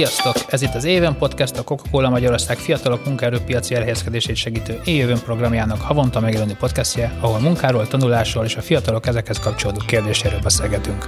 Sziasztok! Ez itt az Éven Podcast, a Coca-Cola Magyarország fiatalok munkaerőpiaci elhelyezkedését segítő Éven programjának havonta megjelenő podcastje, ahol munkáról, tanulásról és a fiatalok ezekhez kapcsolódó kérdéséről beszélgetünk.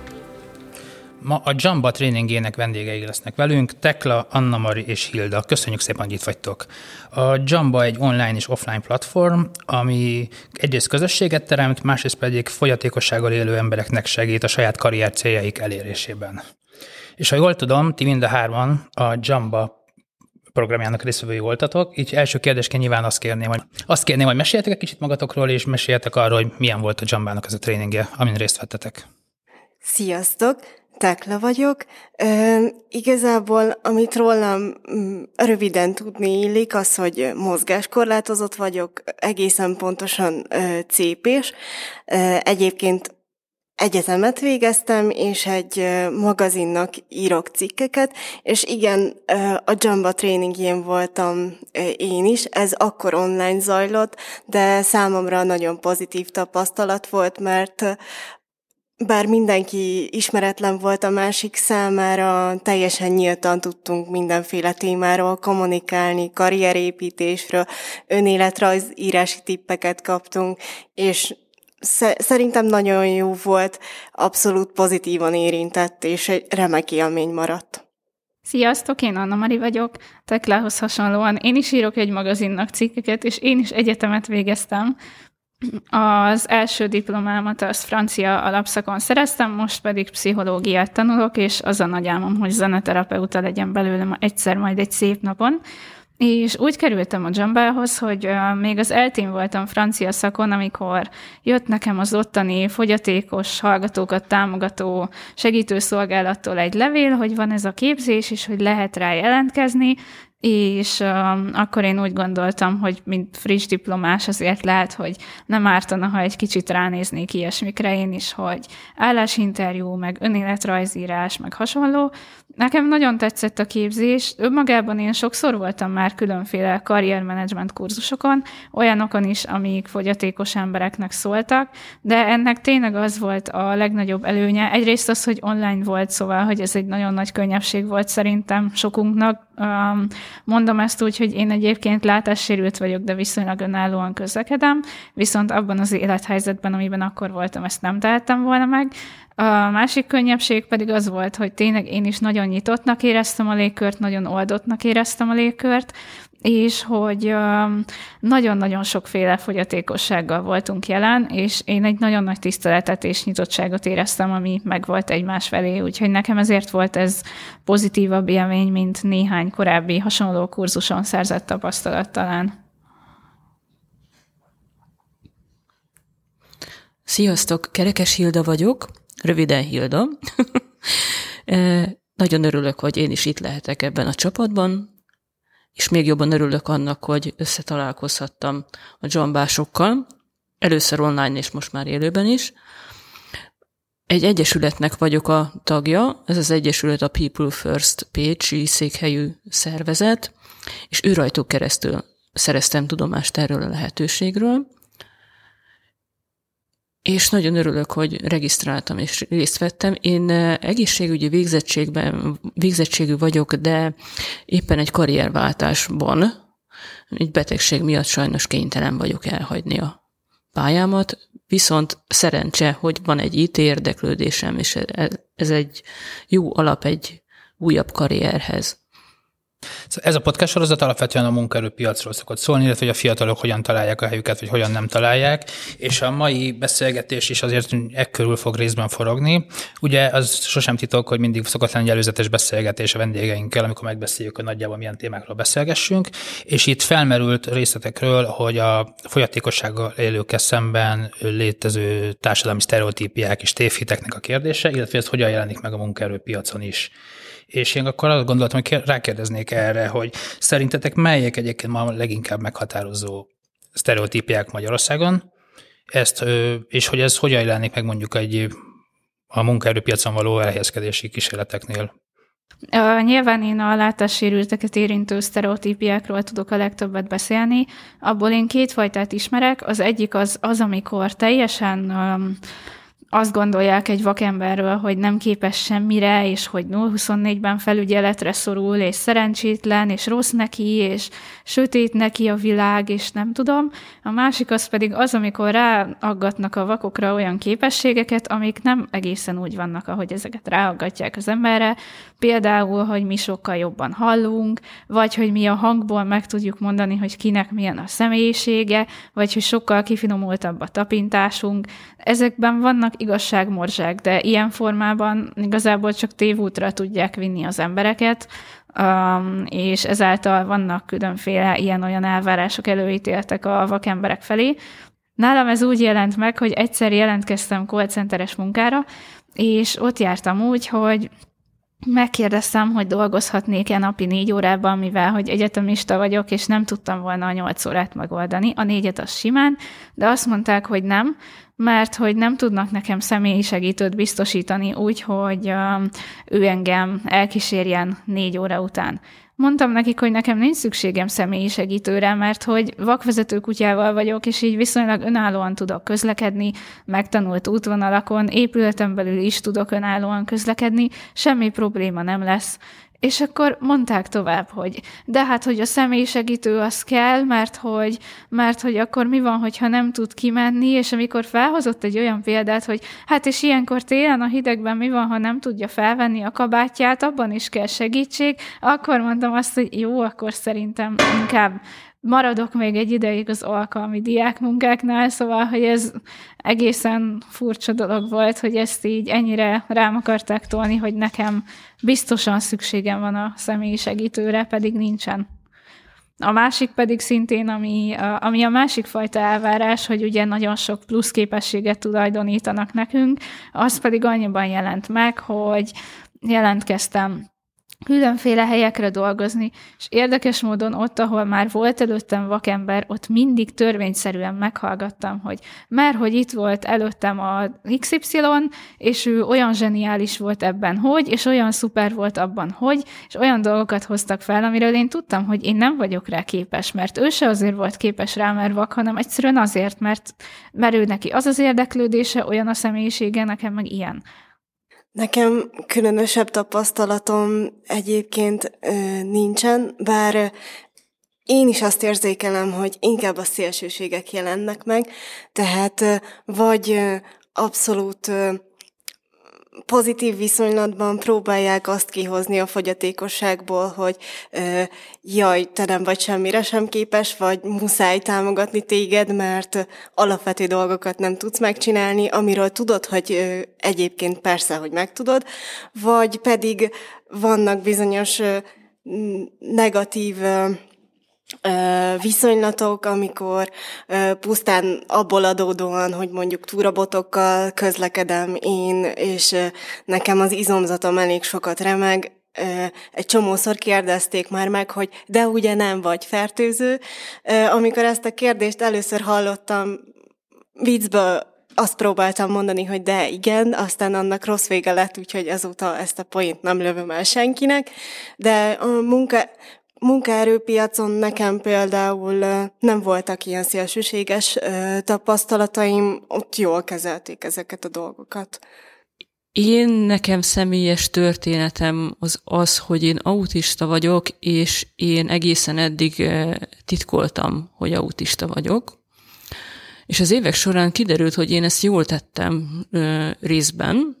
Ma a Jamba tréningének vendégei lesznek velünk, Tekla, Anna-Mari és Hilda. Köszönjük szépen, hogy itt vagytok. A Jamba egy online és offline platform, ami egyrészt közösséget teremt, másrészt pedig fogyatékossággal élő embereknek segít a saját karrier céljaik elérésében. És ha jól tudom, ti mind a hárman a Jamba programjának résztvevői voltatok, így első kérdésként nyilván azt kérném, hogy meséljetek egy kicsit magatokról, és meséljetek arról, hogy milyen volt a Jambának ez a tréningje, amin részt vettetek. Sziasztok! Tekla vagyok. Igazából, amit rólam röviden tudni illik, az, hogy mozgáskorlátozott vagyok, egészen pontosan cépés. Egyébként egyetemet végeztem, és egy magazinnak írok cikkeket, és igen, a Jamba tréningjén voltam én is, ez akkor online zajlott, de számomra nagyon pozitív tapasztalat volt, mert bár mindenki ismeretlen volt a másik számára, teljesen nyíltan tudtunk mindenféle témáról kommunikálni, karrierépítésről, önéletrajzírási tippeket kaptunk, és szerintem nagyon jó volt, abszolút pozitívan érintett, és egy remek élmény maradt. Sziasztok, én Anna-Mari vagyok. Teklához hasonlóan én is írok egy magazinnak cikkeket, és én is egyetemet végeztem. Az első diplomámat az francia alapszakon szereztem, most pedig pszichológiát tanulok, és az a nagy álmom, hogy zeneterapeuta legyen belőlem egyszer majd egy szép napon. És úgy kerültem a Jambához, hogy még az eltén voltam francia szakon, amikor jött nekem az ottani fogyatékos hallgatókat támogató segítőszolgálattól egy levél, hogy van ez a képzés, és hogy lehet rá jelentkezni, és akkor én úgy gondoltam, hogy mint friss diplomás azért lehet, hogy nem ártana, ha egy kicsit ránéznék ilyesmikre én is, hogy állásinterjú, meg önéletrajzírás, meg hasonló. Nekem nagyon tetszett a képzés. Önmagában én sokszor voltam már különféle karriermenedzsment kurzusokon, olyanokon is, amik fogyatékos embereknek szóltak, de ennek tényleg az volt a legnagyobb előnye. Egyrészt az, hogy online volt, szóval, hogy ez egy nagyon nagy könnyebbség volt szerintem sokunknak. Mondom ezt úgy, hogy én egyébként látássérült vagyok, de viszonylag önállóan közlekedem, viszont abban az élethelyzetben, amiben akkor voltam, ezt nem tehettem volna meg. A másik könnyebbség pedig az volt, hogy tényleg én is nagyon nyitottnak éreztem a légkört, nagyon oldottnak éreztem a légkört, és hogy nagyon-nagyon sokféle fogyatékossággal voltunk jelen, és én egy nagyon nagy tiszteletet és nyitottságot éreztem, ami megvolt egymás felé, úgyhogy nekem ezért volt ez pozitívabb élmény, mint néhány korábbi hasonló kurzuson szerzett tapasztalat talán. Sziasztok, Kerekes Hilda vagyok, röviden Hilda. Nagyon örülök, hogy én is itt lehetek ebben a csapatban, és még jobban örülök annak, hogy összetalálkozhattam a jambásokkal, először online és most már élőben is. Egy egyesületnek vagyok a tagja, ez az egyesület a People First pécsi székhelyű szervezet, és ő rajtuk keresztül szereztem tudomást erről a lehetőségről, és nagyon örülök, hogy regisztráltam és részt vettem. Én egészségügyi végzettségű vagyok, de éppen egy karrierváltásban, egy betegség miatt sajnos kénytelen vagyok elhagyni a pályámat, viszont szerencse, hogy van egy IT érdeklődésem, és ez egy jó alap egy újabb karrierhez. Ez a podcast sorozat alapvetően a munkaerőpiacról szokott szólni, illetve hogy a fiatalok hogyan találják a helyüket, vagy hogyan nem találják, és a mai beszélgetés is azért ekkörül fog részben forogni. Ugye az sosem titok, hogy mindig szokott lenni egy előzetes beszélgetés a vendégeinkkel, amikor megbeszéljük, hogy nagyjából milyen témákról beszélgessünk, és itt felmerült részletekről, hogy a fogyatékossággal élőkkel szemben létező társadalmi sztereotípiák és tévhiteknek a kérdése, illetve ez hogyan jelenik meg a munkaerőpiacon is. És én akkor azt gondoltam, hogy rákérdeznék erre, hogy szerintetek melyek egyébként ma leginkább meghatározó sztereotípiák Magyarországon, és hogy ez hogyan jelenik meg mondjuk a munkaerőpiacon való elhelyezkedési kísérleteknél? Nyilván én a látássérülteket érintő sztereotípiákról tudok a legtöbbet beszélni. Abból én két fajtát ismerek. Az egyik az amikor teljesen azt gondolják egy vakemberről, hogy nem képes semmire, és hogy 0-24-ben felügyeletre szorul, és szerencsétlen, és rossz neki, és sötét neki a világ, és nem tudom. A másik az pedig az, amikor ráaggatnak a vakokra olyan képességeket, amik nem egészen úgy vannak, ahogy ezeket ráaggatják az emberre. Például, hogy mi sokkal jobban hallunk, vagy hogy mi a hangból meg tudjuk mondani, hogy kinek milyen a személyisége, vagy hogy sokkal kifinomultabb a tapintásunk. Ezekben vannak igazságmorzsák, de ilyen formában igazából csak tévútra tudják vinni az embereket, és ezáltal vannak különféle ilyen-olyan elvárások, előítéltek a vakemberek felé. Nálam ez úgy jelent meg, hogy egyszer jelentkeztem callcenteres munkára, és ott jártam úgy, hogy megkérdeztem, hogy dolgozhatnék-e napi 4 órában, mivel hogy egyetemista vagyok, és nem tudtam volna a 8 órát megoldani. A 4-et az simán, de azt mondták, hogy nem, mert hogy nem tudnak nekem személyi segítőt biztosítani úgy, hogy ő engem elkísérjen 4 óra után. Mondtam nekik, hogy nekem nincs szükségem személyi segítőre, mert hogy vakvezető kutyával vagyok, és így viszonylag önállóan tudok közlekedni, megtanult útvonalakon, épületen belül is tudok önállóan közlekedni, semmi probléma nem lesz. És akkor mondták tovább, hogy de hát, hogy a személyi segítő az kell, mert hogy akkor mi van, hogyha nem tud kimenni, és amikor felhozott egy olyan példát, hogy hát és ilyenkor télen a hidegben mi van, ha nem tudja felvenni a kabátját, abban is kell segítség, akkor mondtam azt, hogy jó, akkor szerintem inkább maradok még egy ideig az alkalmi diákmunkáknál, szóval, hogy ez egészen furcsa dolog volt, hogy ezt így ennyire rám akarták tolni, hogy nekem biztosan szükségem van a személyi segítőre, pedig nincsen. A másik pedig szintén, ami a másik fajta elvárás, hogy ugye nagyon sok plusz képességet tulajdonítanak nekünk, az pedig annyiban jelent meg, hogy jelentkeztem különféle helyekre dolgozni, és érdekes módon ott, ahol már volt előttem vakember, ott mindig törvényszerűen meghallgattam, hogy mert hogy itt volt előttem a XY, és ő olyan zseniális volt ebben, hogy, és olyan szuper volt abban, hogy, és olyan dolgokat hoztak fel, amiről én tudtam, hogy én nem vagyok rá képes, mert ő se azért volt képes rá, mert vak, hanem egyszerűen azért, mert ő neki az az érdeklődése, olyan a személyisége, nekem meg ilyen. Nekem különösebb tapasztalatom egyébként nincsen, bár én is azt érzékelem, hogy inkább a szélsőségek jelennek meg, tehát vagy abszolút pozitív viszonylatban próbálják azt kihozni a fogyatékosságból, hogy jaj, te nem vagy semmire sem képes, vagy muszáj támogatni téged, mert alapvető dolgokat nem tudsz megcsinálni, amiről tudod, hogy egyébként persze, hogy megtudod, vagy pedig vannak bizonyos negatív viszonylatok, amikor pusztán abból adódóan, hogy mondjuk túrabotokkal közlekedem én, és nekem az izomzatom elég sokat remeg, egy csomószor kérdezték már meg, hogy de ugye nem vagy fertőző. Amikor ezt a kérdést először hallottam, viccből azt próbáltam mondani, hogy de igen, aztán annak rossz vége lett, úgyhogy ezóta ezt a poént nem lövöm el senkinek, de a munkaerőpiacon nekem például nem voltak ilyen szélsőséges tapasztalataim, ott jól kezelték ezeket a dolgokat. Nekem személyes történetem az, hogy én autista vagyok, és én egészen eddig titkoltam, hogy autista vagyok. És az évek során kiderült, hogy én ezt jól tettem részben.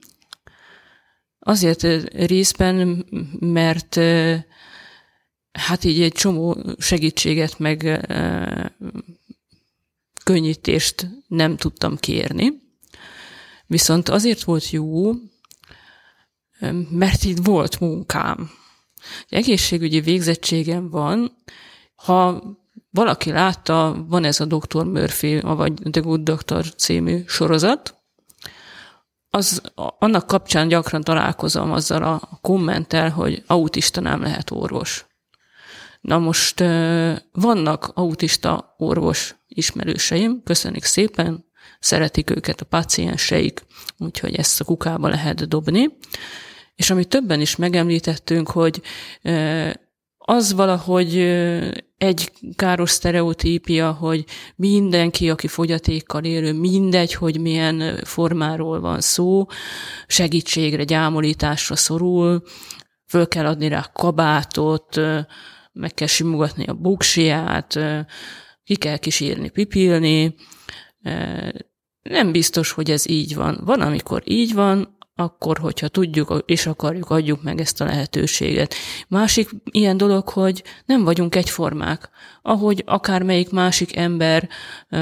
Azért részben, mert hát így egy csomó segítséget meg könnyítést nem tudtam kérni. Viszont azért volt jó, mert itt volt munkám. Egészségügyi végzettségem van. Ha valaki látta, van ez a Dr. Murphy, vagy The Good Doctor című sorozat, annak kapcsán gyakran találkozom azzal a kommenttel, hogy autista nem lehet orvos. Na most vannak autista orvos ismerőseim, köszönik szépen, szeretik őket a pácienseik, úgyhogy ezt a kukába lehet dobni. És amit többen is megemlítettünk, hogy az valahogy egy káros sztereotípia, hogy mindenki, aki fogyatékkal élő, mindegy, hogy milyen formáról van szó, segítségre, gyámolításra szorul, föl kell adni rá kabátot, meg kell simogatni a buksiját, ki kell kísérni, pipilni. Nem biztos, hogy ez így van. Van, amikor így van, akkor, hogyha tudjuk és akarjuk, adjuk meg ezt a lehetőséget. Másik ilyen dolog, hogy nem vagyunk egyformák. Ahogy akármelyik másik ember,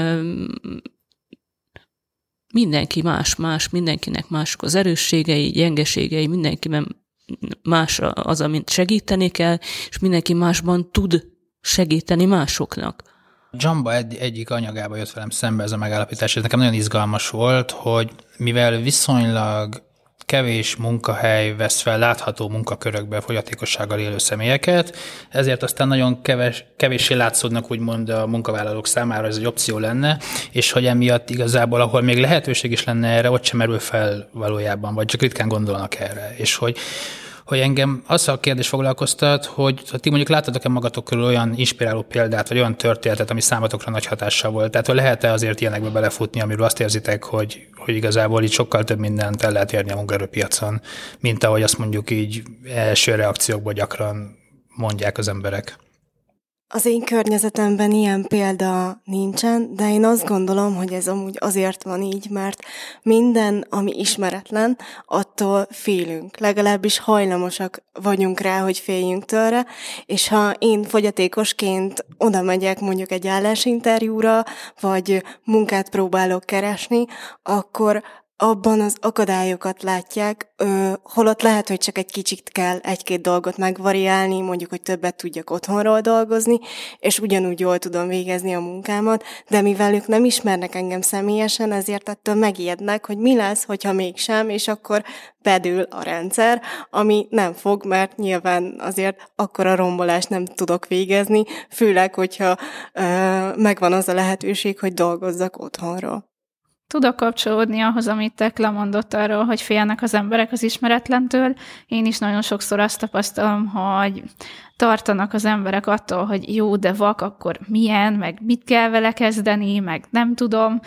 mindenki más, mindenkinek mások az erősségei, gyengeségei, mindenkiben más az, amit segíteni kell, és mindenki másban tud segíteni másoknak. Jamba egyik anyagába jött velem szembe ez a megállapítás, ez nekem nagyon izgalmas volt, hogy mivel viszonylag kevés munkahely vesz fel látható munkakörökbe fogyatékossággal élő személyeket, ezért aztán nagyon kevéssé látszódnak úgymond a munkavállalók számára, ez egy opció lenne, és hogy emiatt igazából, ahol még lehetőség is lenne erre, ott sem merül fel valójában, vagy csak ritkán gondolnak erre. És hogy engem az a kérdés foglalkoztat, hogy ti mondjuk láttatok-e magatok körül olyan inspiráló példát, vagy olyan történetet, ami számotokra nagy hatással volt? Tehát, hogy lehet-e azért ilyenekbe belefutni, amiről azt érzitek, hogy igazából így sokkal több mindent el lehet érni a munkaerőpiacon, mint ahogy azt mondjuk így első reakciókból gyakran mondják az emberek? Az én környezetemben ilyen példa nincsen, de én azt gondolom, hogy ez amúgy azért van így, mert minden, ami ismeretlen, attól félünk. Legalábbis hajlamosak vagyunk rá, hogy féljünk tőle, és ha én fogyatékosként oda megyek mondjuk egy állásinterjúra, vagy munkát próbálok keresni, akkor abban az akadályokat látják, holott lehet, hogy csak egy kicsit kell egy-két dolgot megvariálni, mondjuk, hogy többet tudjak otthonról dolgozni, és ugyanúgy jól tudom végezni a munkámat, de mivel ők nem ismernek engem személyesen, ezért ettől megijednek, hogy mi lesz, hogyha mégsem, és akkor bedől a rendszer, ami nem fog, mert nyilván azért akkora rombolást nem tudok végezni, főleg, hogyha megvan az a lehetőség, hogy dolgozzak otthonról. Tudok kapcsolódni ahhoz, amit Tekla mondott arról, hogy félnek az emberek az ismeretlentől. Én is nagyon sokszor azt tapasztalom, hogy tartanak az emberek attól, hogy jó, de vak, akkor milyen, meg mit kell vele kezdeni, meg nem tudom.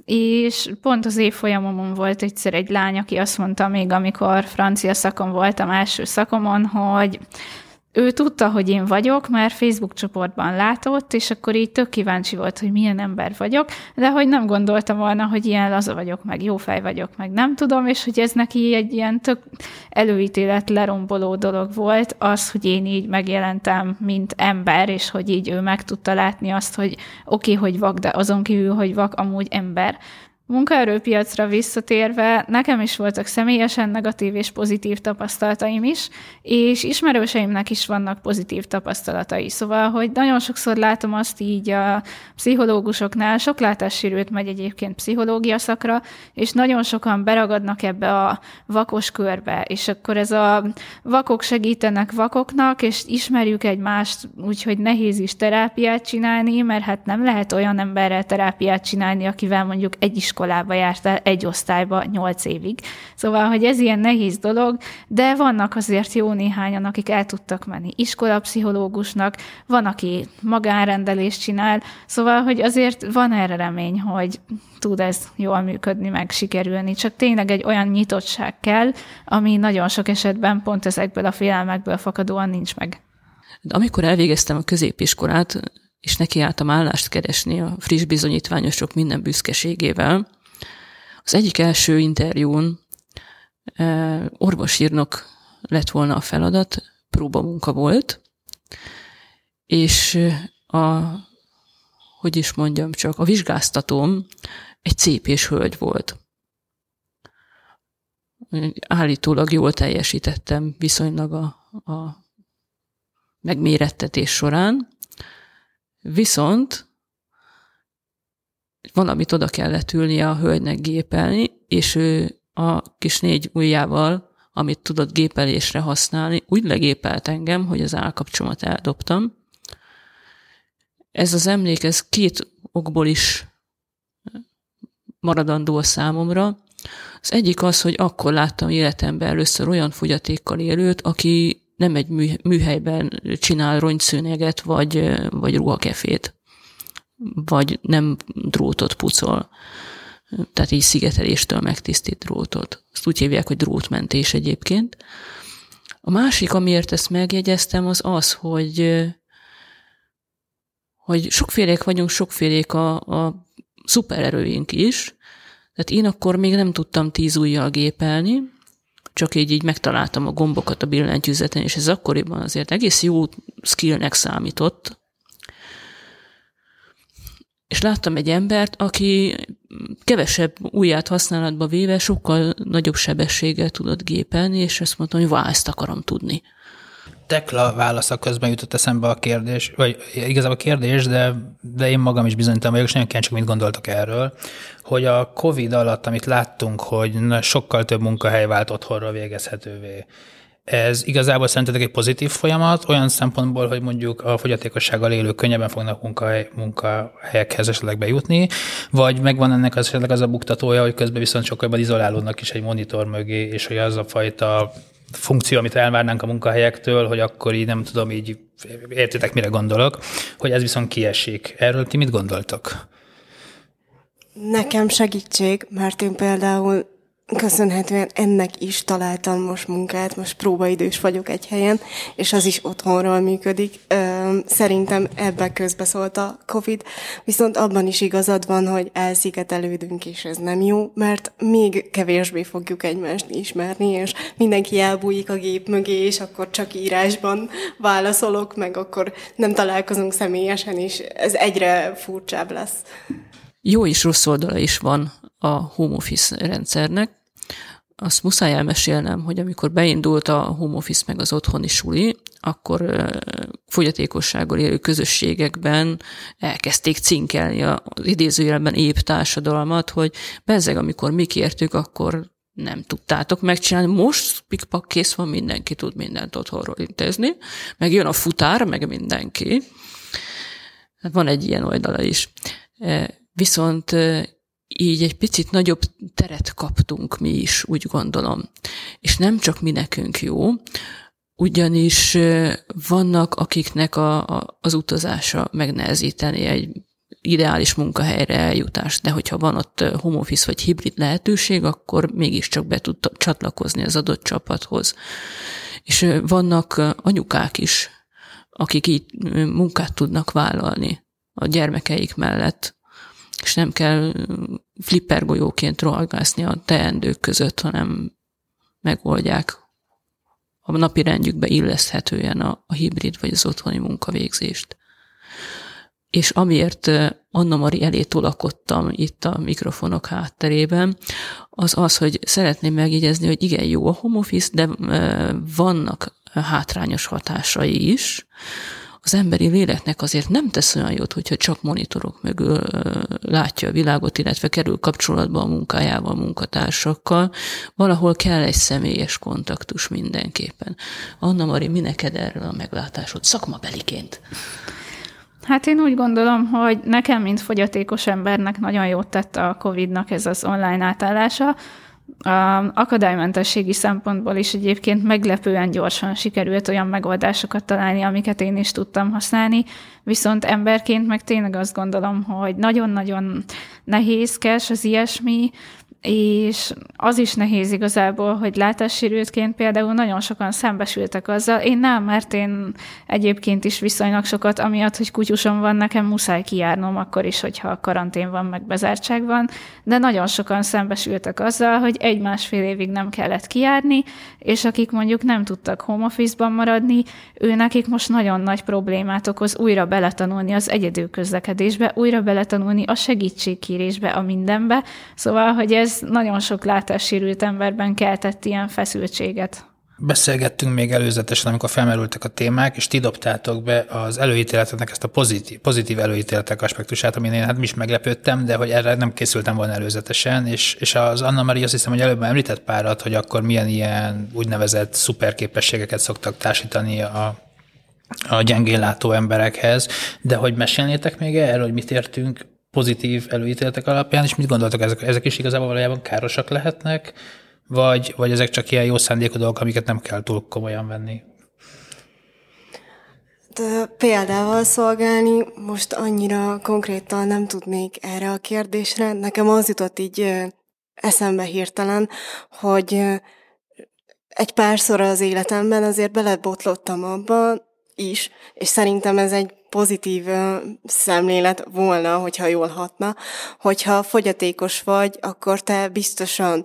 És pont az évfolyamomon volt egyszer egy lány, aki azt mondta még, amikor francia szakon voltam, első szakomon, hogy ő tudta, hogy én vagyok, mert Facebook csoportban látott, és akkor így tök kíváncsi volt, hogy milyen ember vagyok, de hogy nem gondoltam volna, hogy ilyen laza vagyok, meg jó fej vagyok, meg nem tudom, és hogy ez neki egy ilyen tök előítélet leromboló dolog volt, az, hogy én így megjelentem, mint ember, és hogy így ő meg tudta látni azt, hogy oké, hogy vak, de azon kívül, hogy vak, amúgy ember. Munkaerőpiacra visszatérve, nekem is voltak személyesen negatív és pozitív tapasztalataim is, és ismerőseimnek is vannak pozitív tapasztalatai. Szóval, hogy nagyon sokszor látom azt így a pszichológusoknál, sok látássérült megy egyébként pszichológia szakra, és nagyon sokan beragadnak ebbe a vakos körbe, és akkor ez a vakok segítenek vakoknak, és ismerjük egymást, úgyhogy nehéz is terápiát csinálni, mert hát nem lehet olyan emberrel terápiát csinálni, akivel mondjuk egy iskolába jártál, egy osztályba 8 évig. Szóval, hogy ez ilyen nehéz dolog, de vannak azért jó néhányan, akik el tudtak menni iskolapszichológusnak, van, aki magánrendelést csinál, szóval, hogy azért van erre remény, hogy tud ez jól működni, meg sikerülni, csak tényleg egy olyan nyitottság kell, ami nagyon sok esetben pont ezekből a félelmekből fakadóan nincs meg. De amikor elvégeztem a középiskolát, és nekiálltam állást keresni a friss bizonyítványosok minden büszkeségével, az egyik első interjún orvosírnok lett volna a feladat, próbamunka volt, és a vizsgáztatóm egy cépés hölgy volt. Állítólag jól teljesítettem viszonylag a megmérettetés során, viszont valamit oda kellett ülnie a hölgynek gépelni, és ő a kis 4 ujjával, amit tudott gépelésre használni, úgy legépelt engem, hogy az állkapcsomat eldobtam. Ez az emlék, ez 2 okból is maradandó a számomra. Az egyik az, hogy akkor láttam életemben először olyan fogyatékkal élőt, aki nem egy műhelyben csinál rongyszőnyeget, vagy ruhakefét, vagy nem drótot pucol. Tehát így szigeteléstől megtisztít drótot. Ezt úgy hívják, hogy drótmentés egyébként. A másik, amiért ezt megjegyeztem, az, hogy sokfélék vagyunk, sokfélék a szupererőink is. Tehát én akkor még nem tudtam 10 ujjal gépelni, csak így megtaláltam a gombokat a billentyűzeten, és ez akkoriban azért egész jó skillnek számított. És láttam egy embert, aki kevesebb ujját használatba véve sokkal nagyobb sebességgel tudott gépelni, és azt mondtam, hogy ezt akarom tudni. Tekla válasza közben jutott eszembe a kérdés, vagy igazából a kérdés, de én magam is bizonytalan vagyok, és nagyon kíváncsi, mit gondoltok erről, hogy a Covid alatt, amit láttunk, hogy sokkal több munkahely vált otthonról végezhetővé. Ez igazából szerintetek egy pozitív folyamat, olyan szempontból, hogy mondjuk a fogyatékossággal élők könnyebben fognak munkahelyekhez esetleg bejutni, vagy megvan ennek esetleg az a buktatója, hogy közben viszont sokkal jobban izolálódnak is egy monitor mögé, és hogy az a fajta funkció, amit elvárnánk a munkahelyektől, hogy akkor így nem tudom, így értitek, mire gondolok, hogy ez viszont kiesik. Erről ti mit gondoltok? Nekem segítség, mert én például köszönhetően ennek is találtam most munkát, most próbaidős vagyok egy helyen, és az is otthonról működik. Szerintem ebben közbeszólt a Covid, viszont abban is igazad van, hogy elszigetelődünk, és ez nem jó, mert még kevésbé fogjuk egymást ismerni, és mindenki elbújik a gép mögé, és akkor csak írásban válaszolok, meg akkor nem találkozunk személyesen, és ez egyre furcsább lesz. Jó és rossz oldala is van a home office rendszernek. Azt muszáj elmesélnem, hogy amikor beindult a home office meg az otthoni suli, akkor fogyatékossággal élő közösségekben elkezdték cinkelni az idézőjelben épp társadalmat, hogy bezzeg, amikor mi kértük, akkor nem tudtátok megcsinálni. Most pikpak kész van, mindenki tud mindent otthonról intézni, meg jön a futár, meg mindenki. Hát van egy ilyen oldala is. Viszont így egy picit nagyobb teret kaptunk mi is, úgy gondolom. És nem csak mi nekünk jó, ugyanis vannak, akiknek az utazása megnehezíteni egy ideális munkahelyre eljutást, de hogyha van ott home office vagy hibrid lehetőség, akkor mégiscsak be tud csatlakozni az adott csapathoz. És vannak anyukák is, akik így munkát tudnak vállalni a gyermekeik mellett, és nem kell flippergolyóként rohangászni a teendők között, hanem megoldják a napi rendjükbe illeszthetően a hibrid vagy az otthoni munkavégzést. És amiért Anna-Mari elé tolakodtam itt a mikrofonok hátterében, az, hogy szeretném megjegyezni, hogy igen, jó a home office, de vannak hátrányos hatásai is. Az emberi léleknek azért nem tesz olyan jót, hogyha csak monitorok mögül látja a világot, illetve kerül kapcsolatba a munkájával, a munkatársakkal. Valahol kell egy személyes kontaktus mindenképpen. Anna-Mari, mi neked erről a meglátásod szakmabeliként? Hát én úgy gondolom, hogy nekem, mint fogyatékos embernek nagyon jót tett a Covid-nak ez az online átállása. Akadálymentességi szempontból is egyébként meglepően gyorsan sikerült olyan megoldásokat találni, amiket én is tudtam használni, viszont emberként meg tényleg azt gondolom, hogy nagyon-nagyon nehézkes az ilyesmi, és az is nehéz igazából, hogy látássérültként például nagyon sokan szembesültek azzal. Én nem, mert én egyébként is viszonylag sokat, amiatt, hogy kutyusom van, nekem muszáj kijárnom akkor is, hogyha karantén van, meg bezártság van, de nagyon sokan szembesültek azzal, hogy 1-1,5 évig nem kellett kijárni, és akik mondjuk nem tudtak home office-ban maradni, nekik most nagyon nagy problémát okoz újra beletanulni az egyedül közlekedésbe, újra beletanulni a segítségkérésbe, a mindenbe, szóval, hogy ez nagyon sok látássérült emberben keltett ilyen feszültséget. Beszélgettünk még előzetesen, amikor felmerültek a témák, és ti dobtátok be az előítéleteknek ezt a pozitív előítéletek aspektusát, amin én is meglepődtem, de hogy erre nem készültem volna előzetesen, és az Anna-Mari azt hiszem, hogy előbb említett párat, hogy akkor milyen ilyen úgynevezett szuperképességeket szoktak társítani a gyengén látó emberekhez, de hogy mesélnétek még erről, hogy mit értünk pozitív előítéletek alapján, és mit gondoltok, ezek is igazából valójában károsak lehetnek, vagy ezek csak ilyen jó szándékú dolgok, amiket nem kell túl komolyan venni? Példával szolgálni, most annyira konkrétan nem tudnék erre a kérdésre. Nekem az jutott így eszembe hirtelen, hogy egy párszor az életemben azért belebotlottam abba is, és szerintem ez egy pozitív szemlélet volna, hogyha jól hatna, hogyha fogyatékos vagy, akkor te biztosan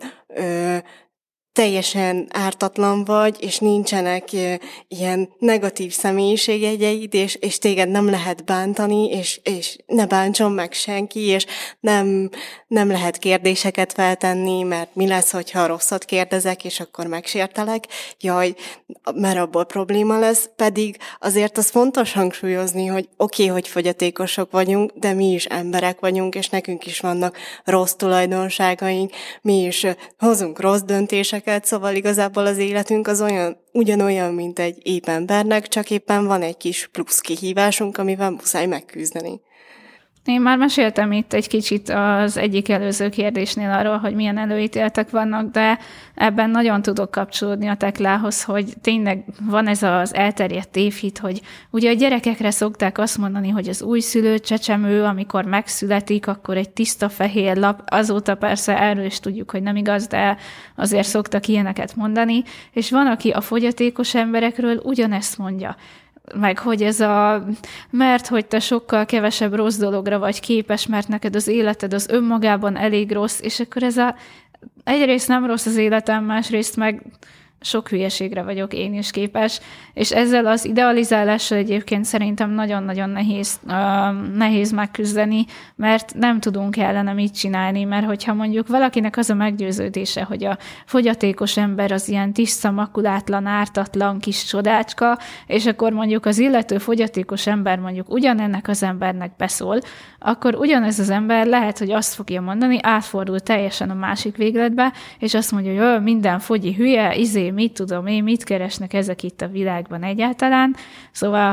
teljesen ártatlan vagy, és nincsenek ilyen negatív személyiségjegyeid, és téged nem lehet bántani, és ne bántson meg senki, és nem lehet kérdéseket feltenni, mert mi lesz, hogyha rosszat kérdezek, és akkor megsértelek, jaj, mert abból probléma lesz, pedig azért az fontos hangsúlyozni, hogy oké, hogy fogyatékosok vagyunk, de mi is emberek vagyunk, és nekünk is vannak rossz tulajdonságaink, mi is hozunk rossz döntéseket, szóval igazából az életünk az ugyanolyan, mint egy épp embernek, csak éppen van egy kis plusz kihívásunk, amivel muszáj megküzdeni. Én már meséltem itt egy kicsit az egyik előző kérdésnél arról, hogy milyen előítéletek vannak, de ebben nagyon tudok kapcsolódni a Teklához, hogy tényleg van ez az elterjedt tévhit, hogy ugye a gyerekekre szokták azt mondani, hogy az újszülött csecsemő, amikor megszületik, akkor egy tiszta fehér lap, azóta persze erről is tudjuk, hogy nem igaz, de azért szoktak ilyeneket mondani, és van, aki a fogyatékos emberekről ugyanezt mondja. Meg hogy mert hogy te sokkal kevesebb rossz dologra vagy képes, mert neked az életed az önmagában elég rossz, és akkor egyrészt nem rossz az életem, másrészt meg sok hülyeségre vagyok én is képes, és ezzel az idealizálással egyébként szerintem nagyon-nagyon nehéz megküzdeni, mert nem tudunk ellene mit csinálni, mert hogyha mondjuk valakinek az a meggyőződése, hogy a fogyatékos ember az ilyen tiszta, makulátlan, ártatlan kis csodácska, és akkor mondjuk az illető fogyatékos ember mondjuk ugyanennek az embernek beszól, akkor ugyanez az ember lehet, hogy azt fogja mondani, átfordul teljesen a másik végletbe, és azt mondja, hogy minden fogyi hülye, mit tudom én, mit keresnek ezek itt a világban egyáltalán. Szóval,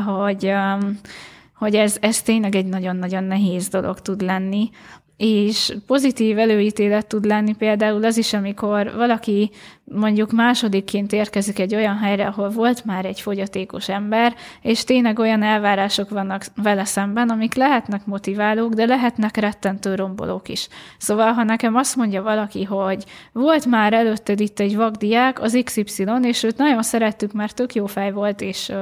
hogy ez tényleg egy nagyon-nagyon nehéz dolog tud lenni, és pozitív előítélet tud lenni például az is, amikor valaki mondjuk másodikként érkezik egy olyan helyre, ahol volt már egy fogyatékos ember, és tényleg olyan elvárások vannak vele szemben, amik lehetnek motiválók, de lehetnek rettentő rombolók is. Szóval, ha nekem azt mondja valaki, hogy volt már előtted itt egy vakdiák, az XY, és őt nagyon szerettük, mert tök jó fej volt,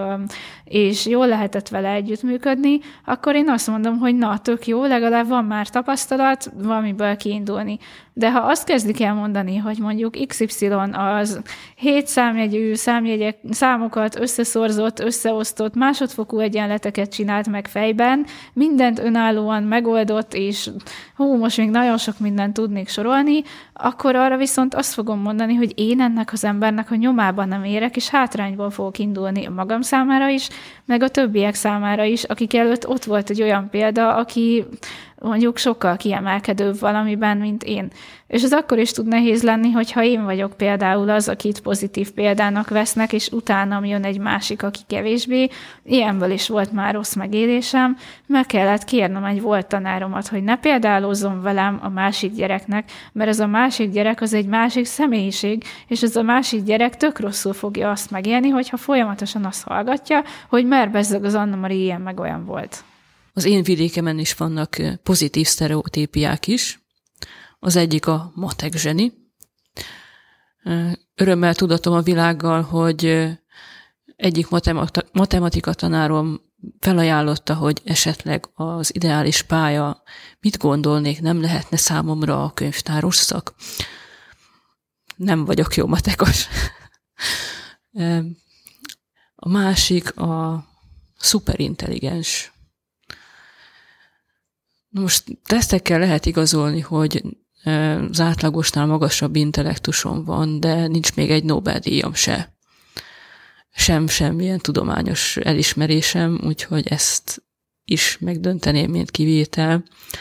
és jól lehetett vele együttműködni, akkor én azt mondom, hogy na, tök jó, legalább van már tapasztalat, valamiből kiindulni. De ha azt kezdik el mondani, hogy mondjuk XY az 7 számjegyű számokat összeszorzott, összeosztott, másodfokú egyenleteket csinált meg fejben, mindent önállóan megoldott, és most még nagyon sok mindent tudnék sorolni, akkor arra viszont azt fogom mondani, hogy én ennek az embernek a nyomában nem érek, és hátrányból fogok indulni a magam számára is, meg a többiek számára is, akik előtt ott volt egy olyan példa, aki mondjuk sokkal kiemelkedőbb valamiben, mint én. És ez akkor is tud nehéz lenni, hogyha én vagyok például az, akit pozitív példának vesznek, és utánam jön egy másik, aki kevésbé. Ilyenből is volt már rossz megélésem. Meg kellett kérnem egy volt tanáromat, hogy ne példálózzon velem a másik gyereknek, mert ez a másik gyerek az egy másik személyiség, és ez a másik gyerek tök rosszul fogja azt megélni, hogyha folyamatosan azt hallgatja, hogy mert bezzeg az Anna-Mari ilyen meg olyan volt. Az én vidékemen is vannak pozitív sztereotípiák is. Az egyik a matek zseni. Örömmel tudatom a világgal, hogy egyik matematika tanárom felajánlotta, hogy esetleg az ideális pálya, mit gondolnék, nem lehetne számomra a könyvtáros szak. Nem vagyok jó matekos. A másik a szuperintelligens. Most tesztekkel lehet igazolni, hogy az átlagosnál magasabb intellektusom van, de nincs még egy Nobel-díjam se. Semmilyen tudományos elismerésem, úgyhogy ezt is megdönteném, mint kivétel.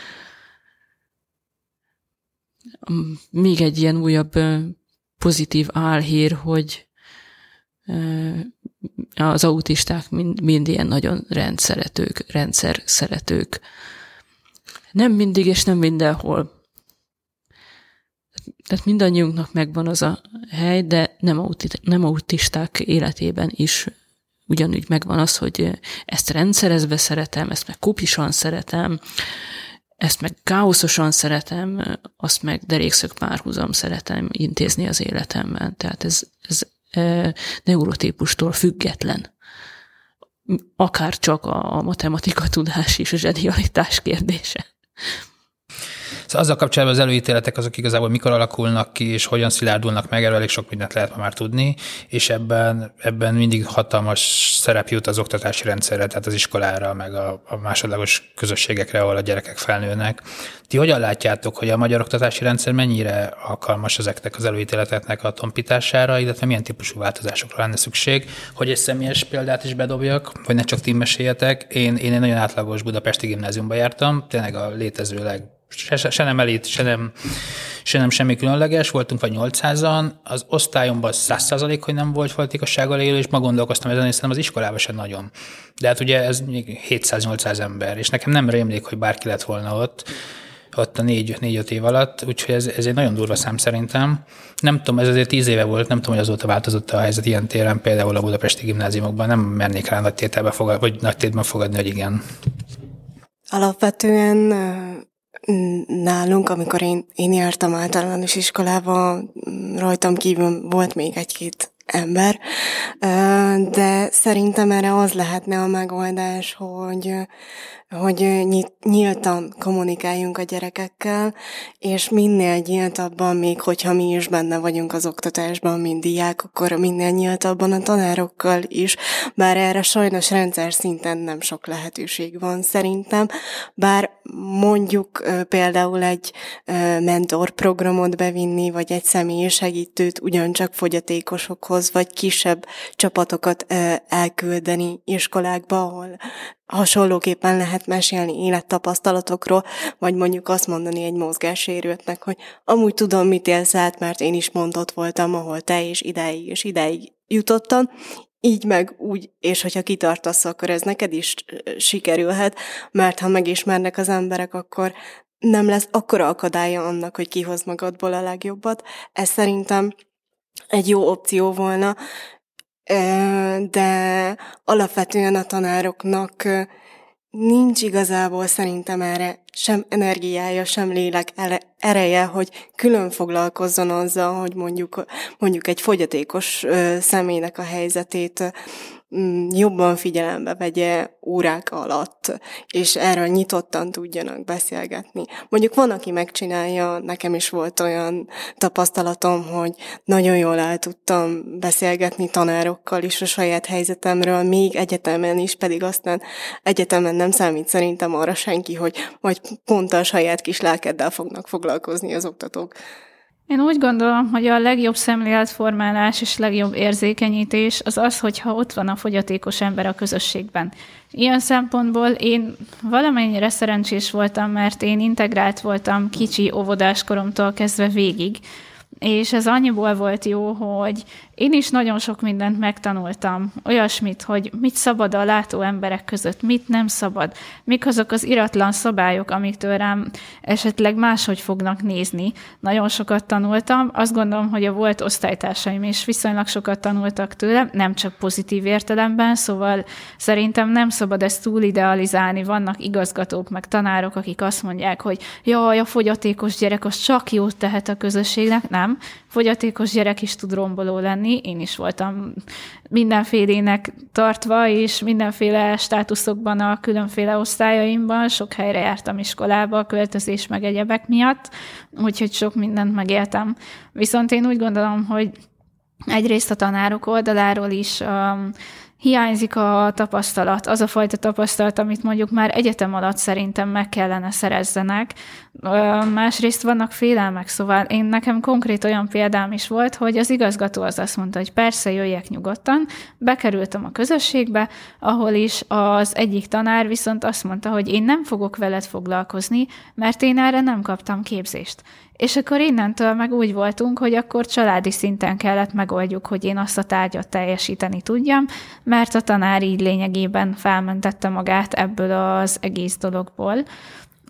Még egy ilyen újabb pozitív álhír, hogy az autisták mind ilyen nagyon rendszer szeretők. Nem mindig és nem mindenhol. Tehát mindannyiunknak megvan az a hely, de nem autisták életében is ugyanúgy megvan az, hogy ezt rendszerezve szeretem, ezt meg kopisan szeretem, ezt meg káoszosan szeretem, azt meg derékszög párhuzam szeretem intézni az életemben. Tehát ez neurotípustól független. Akár csak a matematika tudás és a zsenialitás kérdése. Szóval azzal kapcsolatban az előítéletek azok igazából mikor alakulnak ki, és hogyan szilárdulnak meg, erről elég sok mindent lehet ma már tudni, és ebben mindig hatalmas szerep jut az oktatási rendszerre, tehát az iskolára, meg a másodlagos közösségekre, ahol a gyerekek felnőnek. Ti hogyan látjátok, hogy a magyar oktatási rendszer mennyire alkalmas ezeknek az előítéleteknek a tompítására, illetve milyen típusú változásokra lenne szükség? Hogy egy személyes példát is bedobjak, hogy ne csak ti meséljetek. Én egy nagyon átlagos budapesti gimnáziumba jártam, tényleg a létező se nem elit, se nem semmi különleges, voltunk vagy 800-an, az osztályomban 100%, hogy nem volt fogyatékossággal élő, és ma gondolkoztam ezen, és szerintem az iskolában sem nagyon. De hát ugye ez 700-800 ember, és nekem nem rémlik, hogy bárki lett volna ott a 4-5 év alatt, úgyhogy ez egy nagyon durva szám szerintem. Nem tudom, ez azért 10 éve volt, nem tudom, hogy azóta változott a helyzet ilyen téren, például a budapesti gimnáziumokban, nem mernék rá nagy tétben fogadni, hogy igen. Alapvetően nálunk, amikor én jártam általános iskolába, rajtam kívül volt még egy-két ember, de szerintem erre az lehetne a megoldás, hogy nyíltan kommunikáljunk a gyerekekkel, és minél nyíltabban, még hogyha mi is benne vagyunk az oktatásban, mint diák, akkor minél nyíltabban a tanárokkal is, bár erre sajnos rendszer szinten nem sok lehetőség van szerintem, bár mondjuk például egy mentorprogramot bevinni, vagy egy személyi segítőt ugyancsak fogyatékosokhoz, vagy kisebb csapatokat elküldeni iskolákba, ahol hasonlóképpen lehet mesélni élettapasztalatokról, vagy mondjuk azt mondani egy mozgássérültnek, hogy amúgy tudom, mit élsz át, mert én is mondott voltam, ahol te is idáig jutottam, így meg úgy, és hogyha kitartasz, akkor ez neked is sikerülhet, mert ha megismernek az emberek, akkor nem lesz akkora akadálya annak, hogy kihoz magadból a legjobbat. Ez szerintem egy jó opció volna, de alapvetően a tanároknak nincs igazából szerintem erre sem energiája, sem lélek ereje, hogy külön foglalkozzon azzal, hogy mondjuk egy fogyatékos személynek a helyzetét jobban figyelembe vegye órák alatt, és erről nyitottan tudjanak beszélgetni. Mondjuk van, aki megcsinálja, nekem is volt olyan tapasztalatom, hogy nagyon jól el tudtam beszélgetni tanárokkal is a saját helyzetemről, még egyetemen is, pedig aztán egyetemen nem számít szerintem arra senki, hogy majd pont a saját kis lelkeddel fognak foglalkozni az oktatók. Én úgy gondolom, hogy a legjobb szemléletformálás és legjobb érzékenyítés az, hogyha ott van a fogyatékos ember a közösségben. Ilyen szempontból én valamennyire szerencsés voltam, mert én integrált voltam kicsi óvodás koromtól kezdve végig, és ez annyiból volt jó, hogy én is nagyon sok mindent megtanultam, olyasmit, hogy mit szabad a látó emberek között, mit nem szabad, mik azok az iratlan szabályok, amiktől rám esetleg máshogy fognak nézni. Nagyon sokat tanultam, azt gondolom, hogy a volt osztálytársaim is viszonylag sokat tanultak tőle, nem csak pozitív értelemben, szóval szerintem nem szabad ezt túl idealizálni, vannak igazgatók, meg tanárok, akik azt mondják, hogy jaj, a fogyatékos gyerek az csak jót tehet a közösségnek, nem, fogyatékos gyerek is tud romboló lenni, én is voltam mindenfélének tartva, és mindenféle státuszokban a különféle osztályaimban, sok helyre jártam iskolába, a költözés meg egyebek miatt, úgyhogy sok mindent megéltem. Viszont én úgy gondolom, hogy egyrészt a tanárok oldaláról is hiányzik a tapasztalat, az a fajta tapasztalat, amit mondjuk már egyetem alatt szerintem meg kellene szerezzenek. Másrészt vannak félelmek, szóval nekem konkrét olyan példám is volt, hogy az igazgató az azt mondta, hogy persze jöjjek nyugodtan, bekerültem a közösségbe, ahol is az egyik tanár viszont azt mondta, hogy én nem fogok veled foglalkozni, mert én erre nem kaptam képzést. És akkor innentől meg úgy voltunk, hogy akkor családi szinten kellett megoldjuk, hogy én azt a tárgyat teljesíteni tudjam, mert a tanár így lényegében felmentette magát ebből az egész dologból.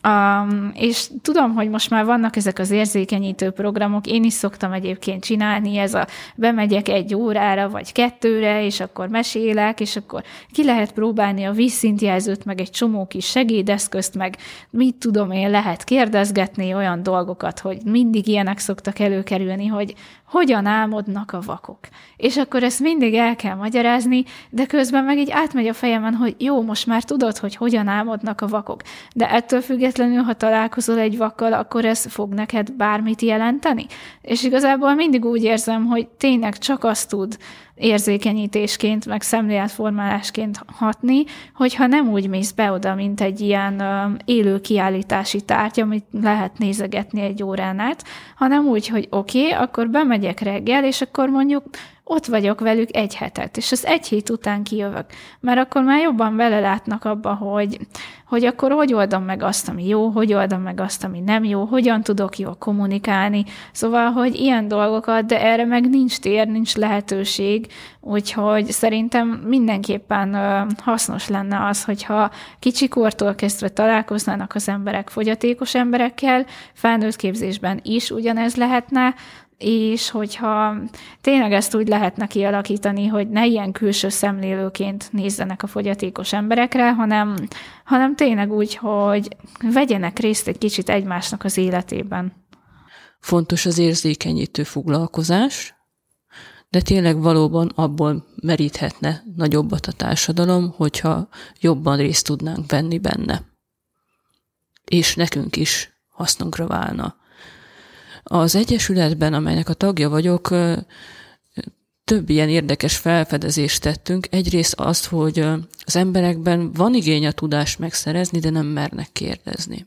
És tudom, hogy most már vannak ezek az érzékenyítő programok, én is szoktam egyébként csinálni, bemegyek 1 órára, vagy 2-re, és akkor mesélek, és akkor ki lehet próbálni a vízszintjelzőt, meg egy csomó kis segédeszközt, meg mit tudom én, lehet kérdezgetni olyan dolgokat, hogy mindig ilyenek szoktak előkerülni, hogy hogyan álmodnak a vakok. És akkor ezt mindig el kell magyarázni, de közben meg így átmegy a fejemen, hogy jó, most már tudod, hogy hogyan álmodnak a vakok. De ettől függetlenül, ha találkozol egy vakkal, akkor ez fog neked bármit jelenteni? És igazából mindig úgy érzem, hogy tényleg csak azt tud érzékenyítésként, meg szemléletformálásként hatni, hogyha nem úgy mész be oda, mint egy ilyen élő kiállítási tárgy, amit lehet nézegetni 1 órán át, hanem úgy, hogy oké, akkor bemegyek reggel, és akkor mondjuk ott vagyok velük 1 hetet, és az 1 hét után kijövök. Mert akkor már jobban belelátnak abba, hogy akkor hogy oldom meg azt, ami jó, hogy oldom meg azt, ami nem jó, hogyan tudok jól kommunikálni. Szóval, hogy ilyen dolgokat, de erre meg nincs tér, nincs lehetőség, úgyhogy szerintem mindenképpen hasznos lenne az, hogyha kicsikortól kezdve találkoznának az emberek fogyatékos emberekkel, felnőtt képzésben is ugyanez lehetne, és hogyha tényleg ezt úgy lehetne kialakítani, hogy ne ilyen külső szemlélőként nézzenek a fogyatékos emberekre, hanem tényleg úgy, hogy vegyenek részt egy kicsit egymásnak az életében. Fontos az érzékenyítő foglalkozás, de tényleg valóban abból meríthetne nagyobbat a társadalom, hogyha jobban részt tudnánk venni benne. És nekünk is hasznunkra válna. Az Egyesületben, amelynek a tagja vagyok, több ilyen érdekes felfedezést tettünk. Egyrészt azt, hogy az emberekben van igény a tudást megszerezni, de nem mernek kérdezni.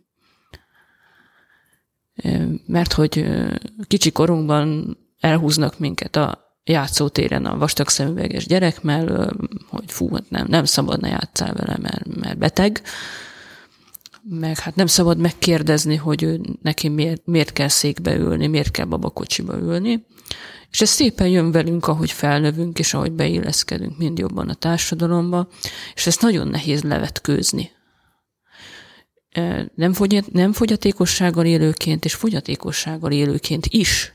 Mert hogy kicsi korunkban elhúznak minket a játszótéren a vastag szemüveges gyerek mellől, hogy fú, nem szabadna játsszál vele, mert beteg. Meg hát nem szabad megkérdezni, hogy neki miért kell székbe ülni, miért kell babakocsiba ülni. És ez szépen jön velünk, ahogy felnövünk, és ahogy beilleszkedünk mind jobban a társadalomba, és ezt nagyon nehéz levetkőzni. Nem fogyatékossággal élőként, és fogyatékossággal élőként is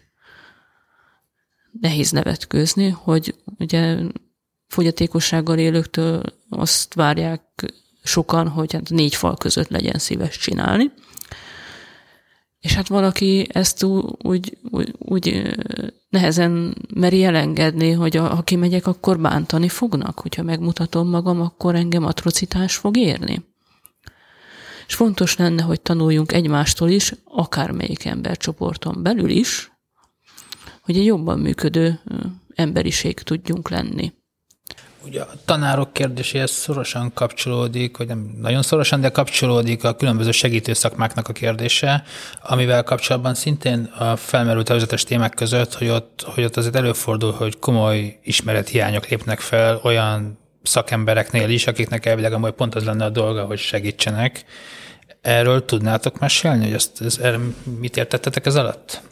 nehéz levetkőzni, hogy ugye fogyatékossággal élőktől azt várják sokan, hogy hát 4 fal között legyen szíves csinálni. És hát valaki ezt úgy nehezen meri elengedni, hogy ha kimegyek, akkor bántani fognak. Hogyha megmutatom magam, akkor engem atrocitás fog érni. És fontos lenne, hogy tanuljunk egymástól is, akármelyik embercsoporton belül is, hogy egy jobban működő emberiség tudjunk lenni. Ugye a tanárok kérdéséhez szorosan kapcsolódik, vagy nem nagyon szorosan, de kapcsolódik a különböző segítő szakmáknak a kérdése, amivel kapcsolatban szintén felmerült a vezetes témák között, hogy ott azért előfordul, hogy komoly ismerethiányok lépnek fel olyan szakembereknél is, akiknek elvileg amúgy pont az lenne a dolga, hogy segítsenek. Erről tudnátok mesélni, hogy erre mit értettetek ez alatt?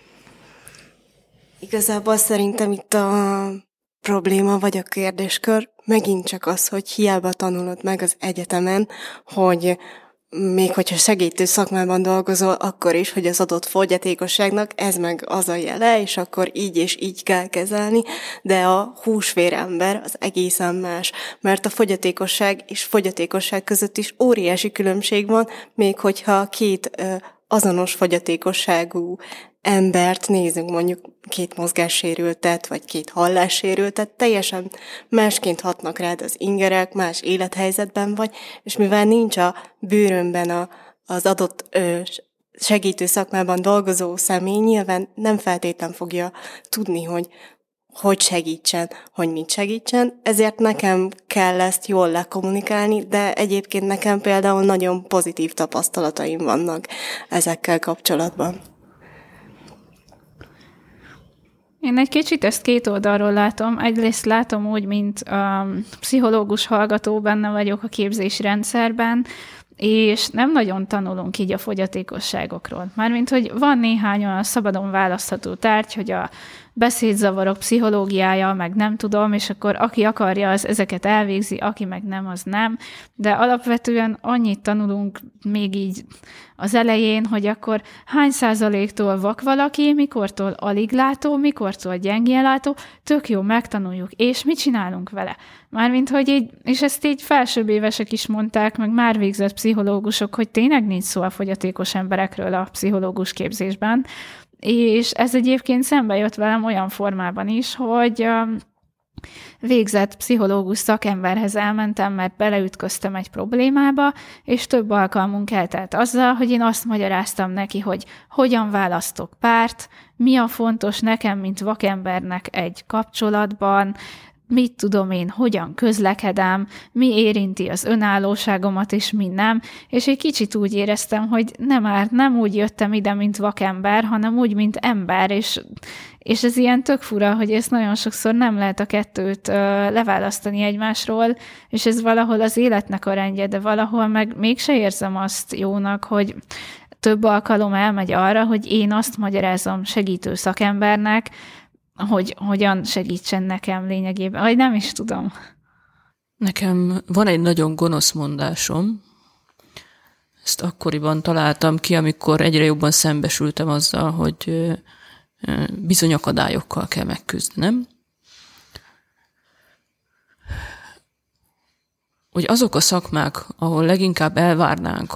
Igazából szerintem itt a probléma vagy a kérdéskör megint csak az, hogy hiába tanulod meg az egyetemen, hogy még hogyha segítő szakmában dolgozol, akkor is, hogy az adott fogyatékosságnak ez meg az a jele, és akkor így és így kell kezelni, de a húsvérember az egészen más, mert a fogyatékosság és fogyatékosság között is óriási különbség van, még hogyha 2 azonos fogyatékosságú embert nézünk, mondjuk 2 mozgássérültet, vagy 2 hallássérültet, teljesen másként hatnak rád az ingerek, más élethelyzetben vagy, és mivel nincs a bőrömben az adott segítő szakmában dolgozó személy, nyilván nem feltétlen fogja tudni, hogy segítsen, hogy mit segítsen, ezért nekem kell ezt jól lekommunikálni, de egyébként nekem például nagyon pozitív tapasztalataim vannak ezekkel kapcsolatban. Én egy kicsit ezt 2 oldalról látom. Egyrészt látom úgy, mint pszichológus hallgató, benne vagyok a képzési rendszerben, és nem nagyon tanulunk így a fogyatékosságokról. Mármint, hogy van néhány olyan szabadon választható tárgy, hogy a beszédzavarok pszichológiája, meg nem tudom, és akkor aki akarja, az ezeket elvégzi, aki meg nem, az nem. De alapvetően annyit tanulunk még így az elején, hogy akkor hány százaléktól vak valaki, mikortól alig látó, mikortól gyengén látó, tök jó, megtanuljuk, és mit csinálunk vele? Mármint, hogy így, és ezt így felsőbb évesek is mondták, meg már végzett pszichológusok, hogy tényleg nincs szó a fogyatékos emberekről a pszichológus képzésben, és ez egyébként szembe jött velem olyan formában is, hogy végzett pszichológus szakemberhez elmentem, mert beleütköztem egy problémába, és több alkalmunk eltelt azzal, hogy én azt magyaráztam neki, hogy hogyan választok párt, mi a fontos nekem, mint vakembernek egy kapcsolatban, mit tudom én, hogyan közlekedem, mi érinti az önállóságomat, és mi nem, és egy kicsit úgy éreztem, hogy nem úgy jöttem ide, mint vakember, hanem úgy, mint ember, és ez ilyen tök fura, hogy ezt nagyon sokszor nem lehet a kettőt leválasztani egymásról, és ez valahol az életnek a rendje, de valahol meg mégse érzem azt jónak, hogy több alkalom elmegy arra, hogy én azt magyarázom segítő szakembernek, hogy hogyan segítsen nekem lényegében, vagy nem is tudom. Nekem van egy nagyon gonosz mondásom, ezt akkoriban találtam ki, amikor egyre jobban szembesültem azzal, hogy bizony akadályokkal kell megküzdenem. Hogy azok a szakmák, ahol leginkább elvárnánk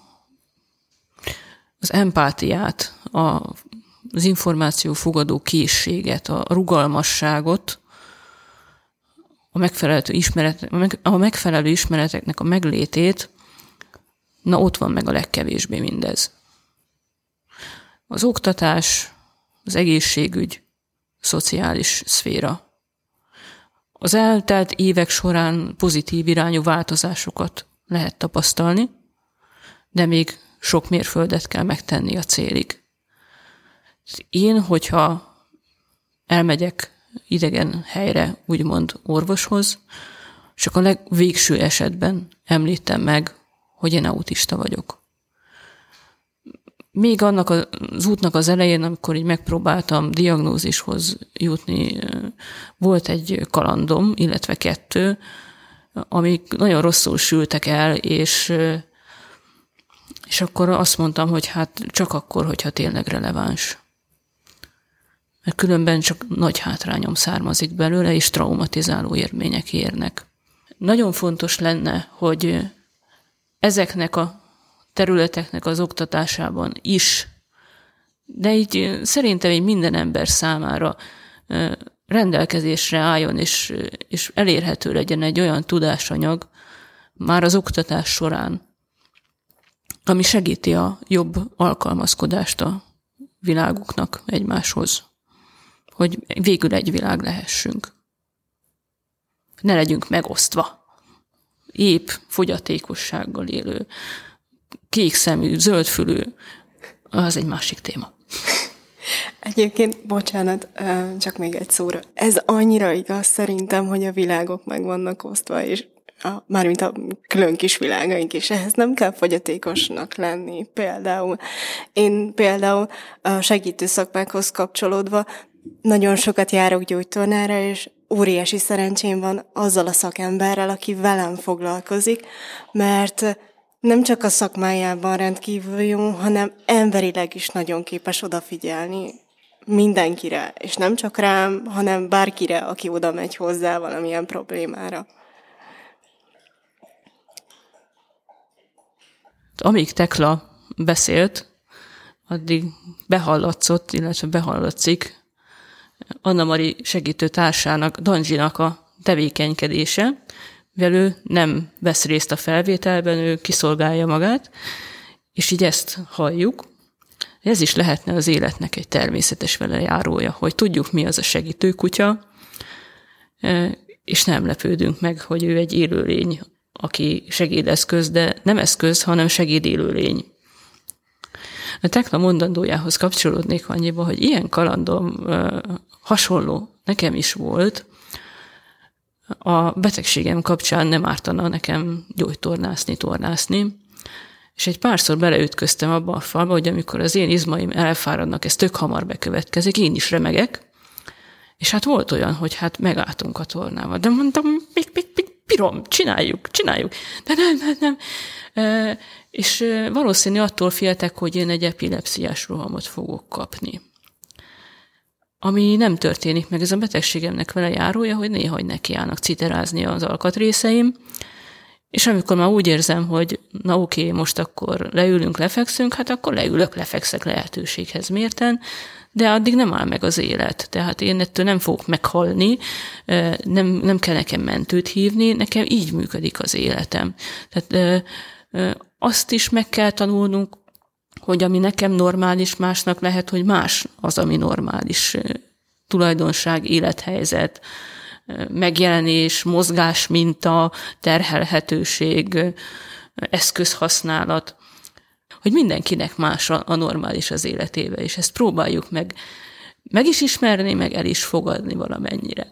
az empátiát, az információfogadó készséget, a rugalmasságot, a megfelelő ismereteknek a meglétét, na ott van meg a legkevésbé mindez. Az oktatás, az egészségügy, szociális szféra. Az eltelt évek során pozitív irányú változásokat lehet tapasztalni, de még sok mérföldet kell megtenni a célig. Én, hogyha elmegyek idegen helyre, úgymond orvoshoz, csak a legvégső esetben említem meg, hogy én autista vagyok. Még annak az útnak az elején, amikor így megpróbáltam diagnózishoz jutni, volt egy kalandom, illetve 2, amik nagyon rosszul sültek el, és akkor azt mondtam, hogy hát csak akkor, hogyha tényleg releváns. Mert különben csak nagy hátrányom származik belőle, és traumatizáló élmények érnek. Nagyon fontos lenne, hogy ezeknek a területeknek az oktatásában is, de így szerintem így minden ember számára rendelkezésre álljon, és elérhető legyen egy olyan tudásanyag már az oktatás során, ami segíti a jobb alkalmazkodást a világuknak egymáshoz, hogy végül egy világ lehessünk. Ne legyünk megosztva. Épp fogyatékossággal élő, kékszemű, zöldfülű, az egy másik téma. Egyébként, bocsánat, csak még egy szóra. Ez annyira igaz szerintem, hogy a világok meg vannak osztva, és mármint a külön kis világaink is. Ehhez nem kell fogyatékosnak lenni. Én például a segítő szakmákhoz kapcsolódva nagyon sokat járok gyógytornára, és óriási szerencsém van azzal a szakemberrel, aki velem foglalkozik, mert nem csak a szakmájában rendkívül jó, hanem emberileg is nagyon képes odafigyelni mindenkire, és nem csak rám, hanem bárkire, aki oda megy hozzá valamilyen problémára. Amíg Tekla beszélt, addig behallatszott, illetve behallatszik Anna-Mari segítő társának, Danzsinak a tevékenykedése, mivel ő nem vesz részt a felvételben, ő kiszolgálja magát, és így ezt halljuk. Ez is lehetne az életnek egy természetes velejárója, hogy tudjuk, mi az a segítőkutya, és nem lepődünk meg, hogy ő egy élőlény, aki segédeszköz, de nem eszköz, hanem segédélőlény. A Tekla mondandójához kapcsolódnék annyiba, hogy ilyen kalandom hasonló nekem is volt. A betegségem kapcsán nem ártana nekem tornászni, és egy párszor beleütköztem abba a falba, hogy amikor az én izmaim elfáradnak, ez tök hamar bekövetkezik, én is remegek, És hát volt olyan, hogy hát megálltunk a tornával, de mondtam, pirom, csináljuk, de nem. És valószínű attól féltek, hogy én egy epilepsziás rohamot fogok kapni. Ami nem történik meg, ez a betegségemnek vele járója, hogy néha nekiállnak citerázni az alkatrészeim, és amikor már úgy érzem, hogy na oké, most akkor leülünk, lefekszünk, hát akkor leülök, lefekszek lehetőséghez mérten, de addig nem áll meg az élet. Tehát én ettől nem fogok meghalni, nem kell nekem mentőt hívni, nekem így működik az életem. Tehát azt is meg kell tanulnunk, hogy ami nekem normális, másnak lehet, hogy más az, ami normális tulajdonság, élethelyzet, megjelenés, mozgásminta, terhelhetőség, eszközhasználat, hogy mindenkinek más a normális az életébe, és ezt próbáljuk meg is ismerni, meg el is fogadni valamennyire.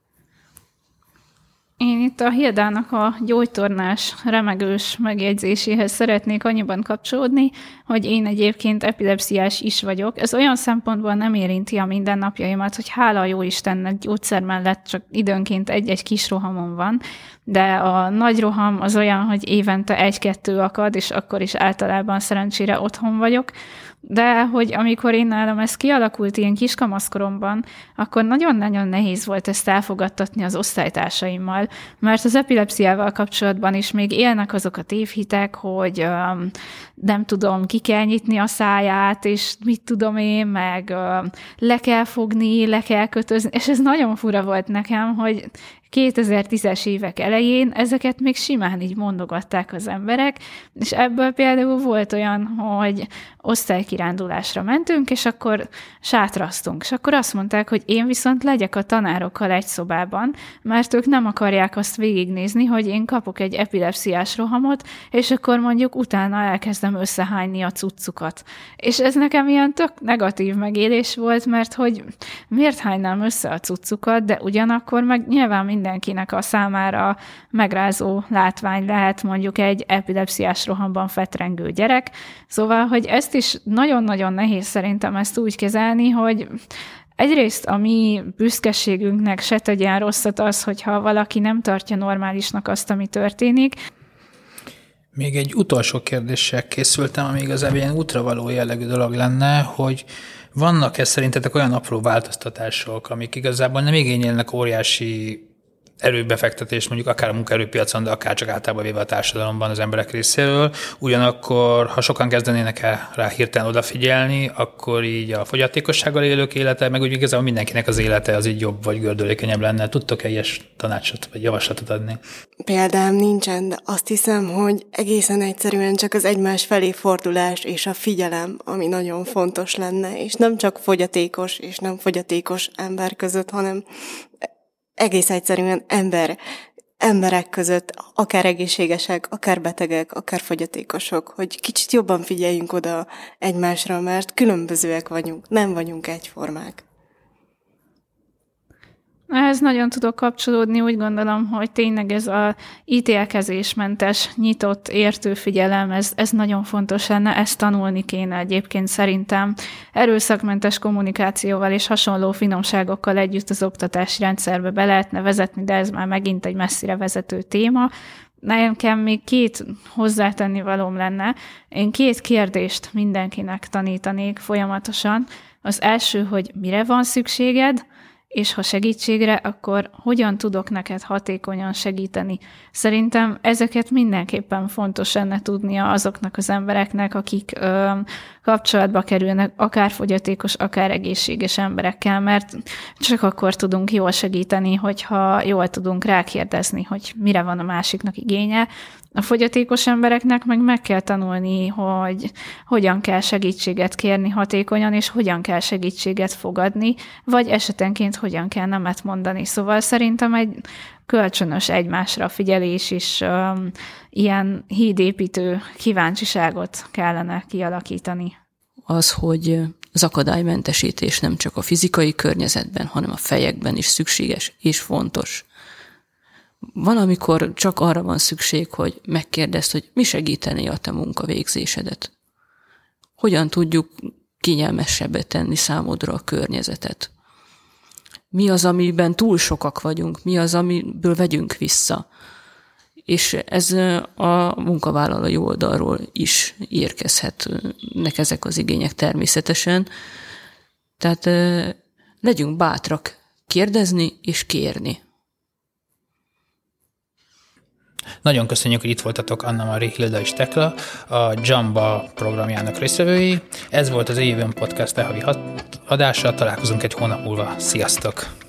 Én itt a Hildának a gyógytornás, remegős megjegyzéséhez szeretnék annyiban kapcsolódni, hogy én egyébként epilepsziás is vagyok. Ez olyan szempontból nem érinti a mindennapjaimat, hogy hála a jóistennek gyógyszer mellett csak időnként egy-egy kis rohamon van, de a nagy roham az olyan, hogy évente 1-2 akad, és akkor is általában szerencsére otthon vagyok. De hogy amikor én nálam ez kialakult ilyen kiskamaszkoromban, akkor nagyon-nagyon nehéz volt ezt elfogadtatni az osztálytársaimmal, mert az epilepsziával kapcsolatban is még élnek azok a tévhitek, hogy nem tudom, ki kell nyitni a száját, és mit tudom én, meg le kell fogni, le kell kötözni, és ez nagyon fura volt nekem, hogy 2010-es évek elején ezeket még simán így mondogatták az emberek, és ebből például volt olyan, hogy osztálykirándulásra mentünk, és akkor sátraztunk, és akkor azt mondták, hogy én viszont legyek a tanárokkal egy szobában, mert ők nem akarják azt végignézni, hogy én kapok egy epilepsziás rohamot, és akkor mondjuk utána elkezdem összehányni a cuccukat. És ez nekem ilyen tök negatív megélés volt, mert hogy miért hánynám össze a cuccukat, de ugyanakkor meg nyilván mindenkinek a számára megrázó látvány lehet mondjuk egy epilepsziás rohamban fetrengő gyerek. Szóval, hogy ezt is nagyon-nagyon nehéz szerintem ezt úgy kezelni, hogy egyrészt a mi büszkeségünknek se tegyen rosszat az, hogyha valaki nem tartja normálisnak azt, ami történik. Még egy utolsó kérdéssel készültem, ami igazából ilyen útravaló jellegű dolog lenne, hogy vannak-e szerintetek olyan apró változtatások, amik igazából nem igényelnek óriási erőbefektetés, mondjuk akár a munkaerőpiacon, de akár csak általában véve a társadalomban az emberek részéről. Ugyanakkor, ha sokan kezdenének el rá hirtelen odafigyelni, akkor így a fogyatékossággal élők élete, meg úgy igazából mindenkinek az élete az így jobb vagy gördülékenyebb lenne. Tudtok-e ilyes tanácsot vagy javaslatot adni? Példám nincsen, de azt hiszem, hogy egészen egyszerűen csak az egymás felé fordulás és a figyelem, ami nagyon fontos lenne, és nem csak fogyatékos és nem fogyatékos ember között, hanem egész egyszerűen emberek között, akár egészségesek, akár betegek, akár fogyatékosok, hogy kicsit jobban figyeljünk oda egymásra, mert különbözőek vagyunk, nem vagyunk egyformák. Ehhez nagyon tudok kapcsolódni, úgy gondolom, hogy tényleg ez a ítélkezésmentes, nyitott, értő figyelem, ez nagyon fontos lenne, ezt tanulni kéne egyébként szerintem. Erőszakmentes kommunikációval és hasonló finomságokkal együtt az oktatási rendszerbe be lehetne vezetni, de ez már megint egy messzire vezető téma. Nekem még 2 hozzátenni valóm lenne. Én 2 kérdést mindenkinek tanítanék folyamatosan. Az első, hogy mire van szükséged, és ha segítségre, akkor hogyan tudok neked hatékonyan segíteni. Szerintem ezeket mindenképpen fontos lenne tudnia azoknak az embereknek, akik kapcsolatba kerülnek akár fogyatékos, akár egészséges emberekkel, mert csak akkor tudunk jól segíteni, hogyha jól tudunk rákérdezni, hogy mire van a másiknak igénye. A fogyatékos embereknek meg kell tanulni, hogy hogyan kell segítséget kérni hatékonyan, és hogyan kell segítséget fogadni, vagy esetenként hogyan kell nemet mondani. Szóval szerintem egy kölcsönös egymásra figyelés is ilyen hídépítő kíváncsiságot kellene kialakítani. Az, hogy az akadálymentesítés nem csak a fizikai környezetben, hanem a fejekben is szükséges és fontos. Van, amikor csak arra van szükség, hogy megkérdezd, hogy mi segítené a te munkavégzésedet. Hogyan tudjuk kényelmesebbé tenni számodra a környezetet. mi az, amiben túl sokak vagyunk, mi az, amiből vegyünk vissza. És ez a munkavállalói oldalról is érkezhetnek ezek az igények természetesen. Tehát legyünk bátrak kérdezni és kérni. Nagyon köszönjük, hogy itt voltatok, Anna-Mari, Hilda és Tekla, a Jamba programjának résztvevői. Ez volt az Even Podcast havi adása, találkozunk egy hónap múlva. Sziasztok!